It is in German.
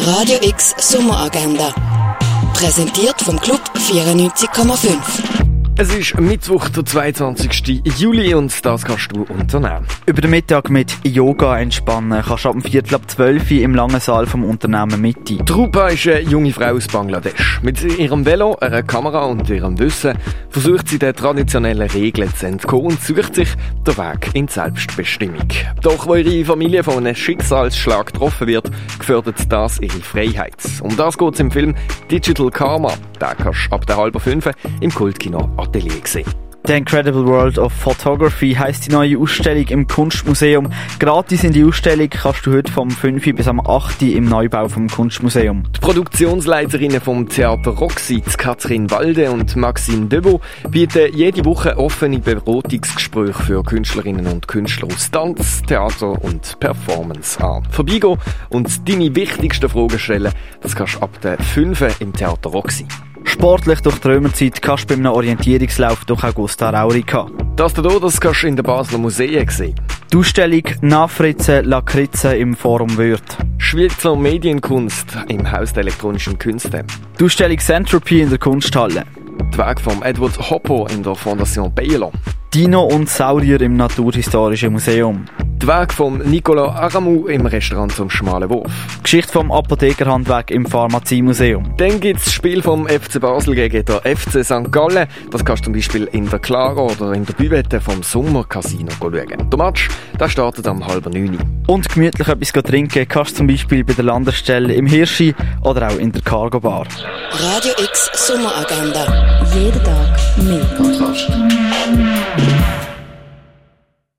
Radio X Sommeragenda. Präsentiert vom Club 94,5. Es ist Mittwoch, der 22. Juli und das kannst du unternehmen. Über den Mittag mit Yoga entspannen kannst du ab 11:45 im langen Saal vom Unternehmen Mitte. Trupa ist eine junge Frau aus Bangladesch. Mit ihrem Velo, einer Kamera und ihrem Wissen versucht sie den traditionellen Regeln zu entkommen und sucht sich den Weg in die Selbstbestimmung. Doch wo ihre Familie von einem Schicksalsschlag getroffen wird, gefährdet das ihre Freiheit. Um das geht es im Film Digital Karma. Den kannst du ab der 4:30 im Kultkino Atelier sehen. The Incredible World of Photography heisst die neue Ausstellung im Kunstmuseum. Gratis in die Ausstellung kannst du heute vom 5 bis am 8 im Neubau vom Kunstmuseum. Die Produktionsleiterinnen vom Theater Roxy, Katrin Walde und Maxime Debo, bieten jede Woche offene Beratungsgespräche für Künstlerinnen und Künstler aus Tanz, Theater und Performance an. Vorbeigehen und deine wichtigsten Fragen stellen, das kannst du ab der 5 im Theater Roxy. Sportlich durch die Römerzeit kannst du bei einem Orientierungslauf durch Augusta Raurica. Das kannst du in den Basler Museen sehen. Die Ausstellung Nachfritzen, Lakritze im Forum Wörth. Schweizer Medienkunst im Haus der elektronischen Künste. Die Ausstellung Centropy in der Kunsthalle. Die Werke von Edward Hoppo in der Fondation Baylor. Dino und Saurier im Naturhistorischen Museum. Die Werke von Nicolas Aramou im Restaurant zum Schmalen Wurf. Geschichte vom Apothekerhandwerk im Pharmaziemuseum. Dann gibt es das Spiel vom FC Basel gegen der FC St. Gallen. Das kannst du zum Beispiel in der Clara oder in der Büwette vom Sommercasino schauen. Der Match der startet am 8:30. Und gemütlich etwas trinken kannst du zum Beispiel bei der Landestelle im Hirschi oder auch in der Cargo Bar. Radio X Sommeragenda. Jeden Tag mehr.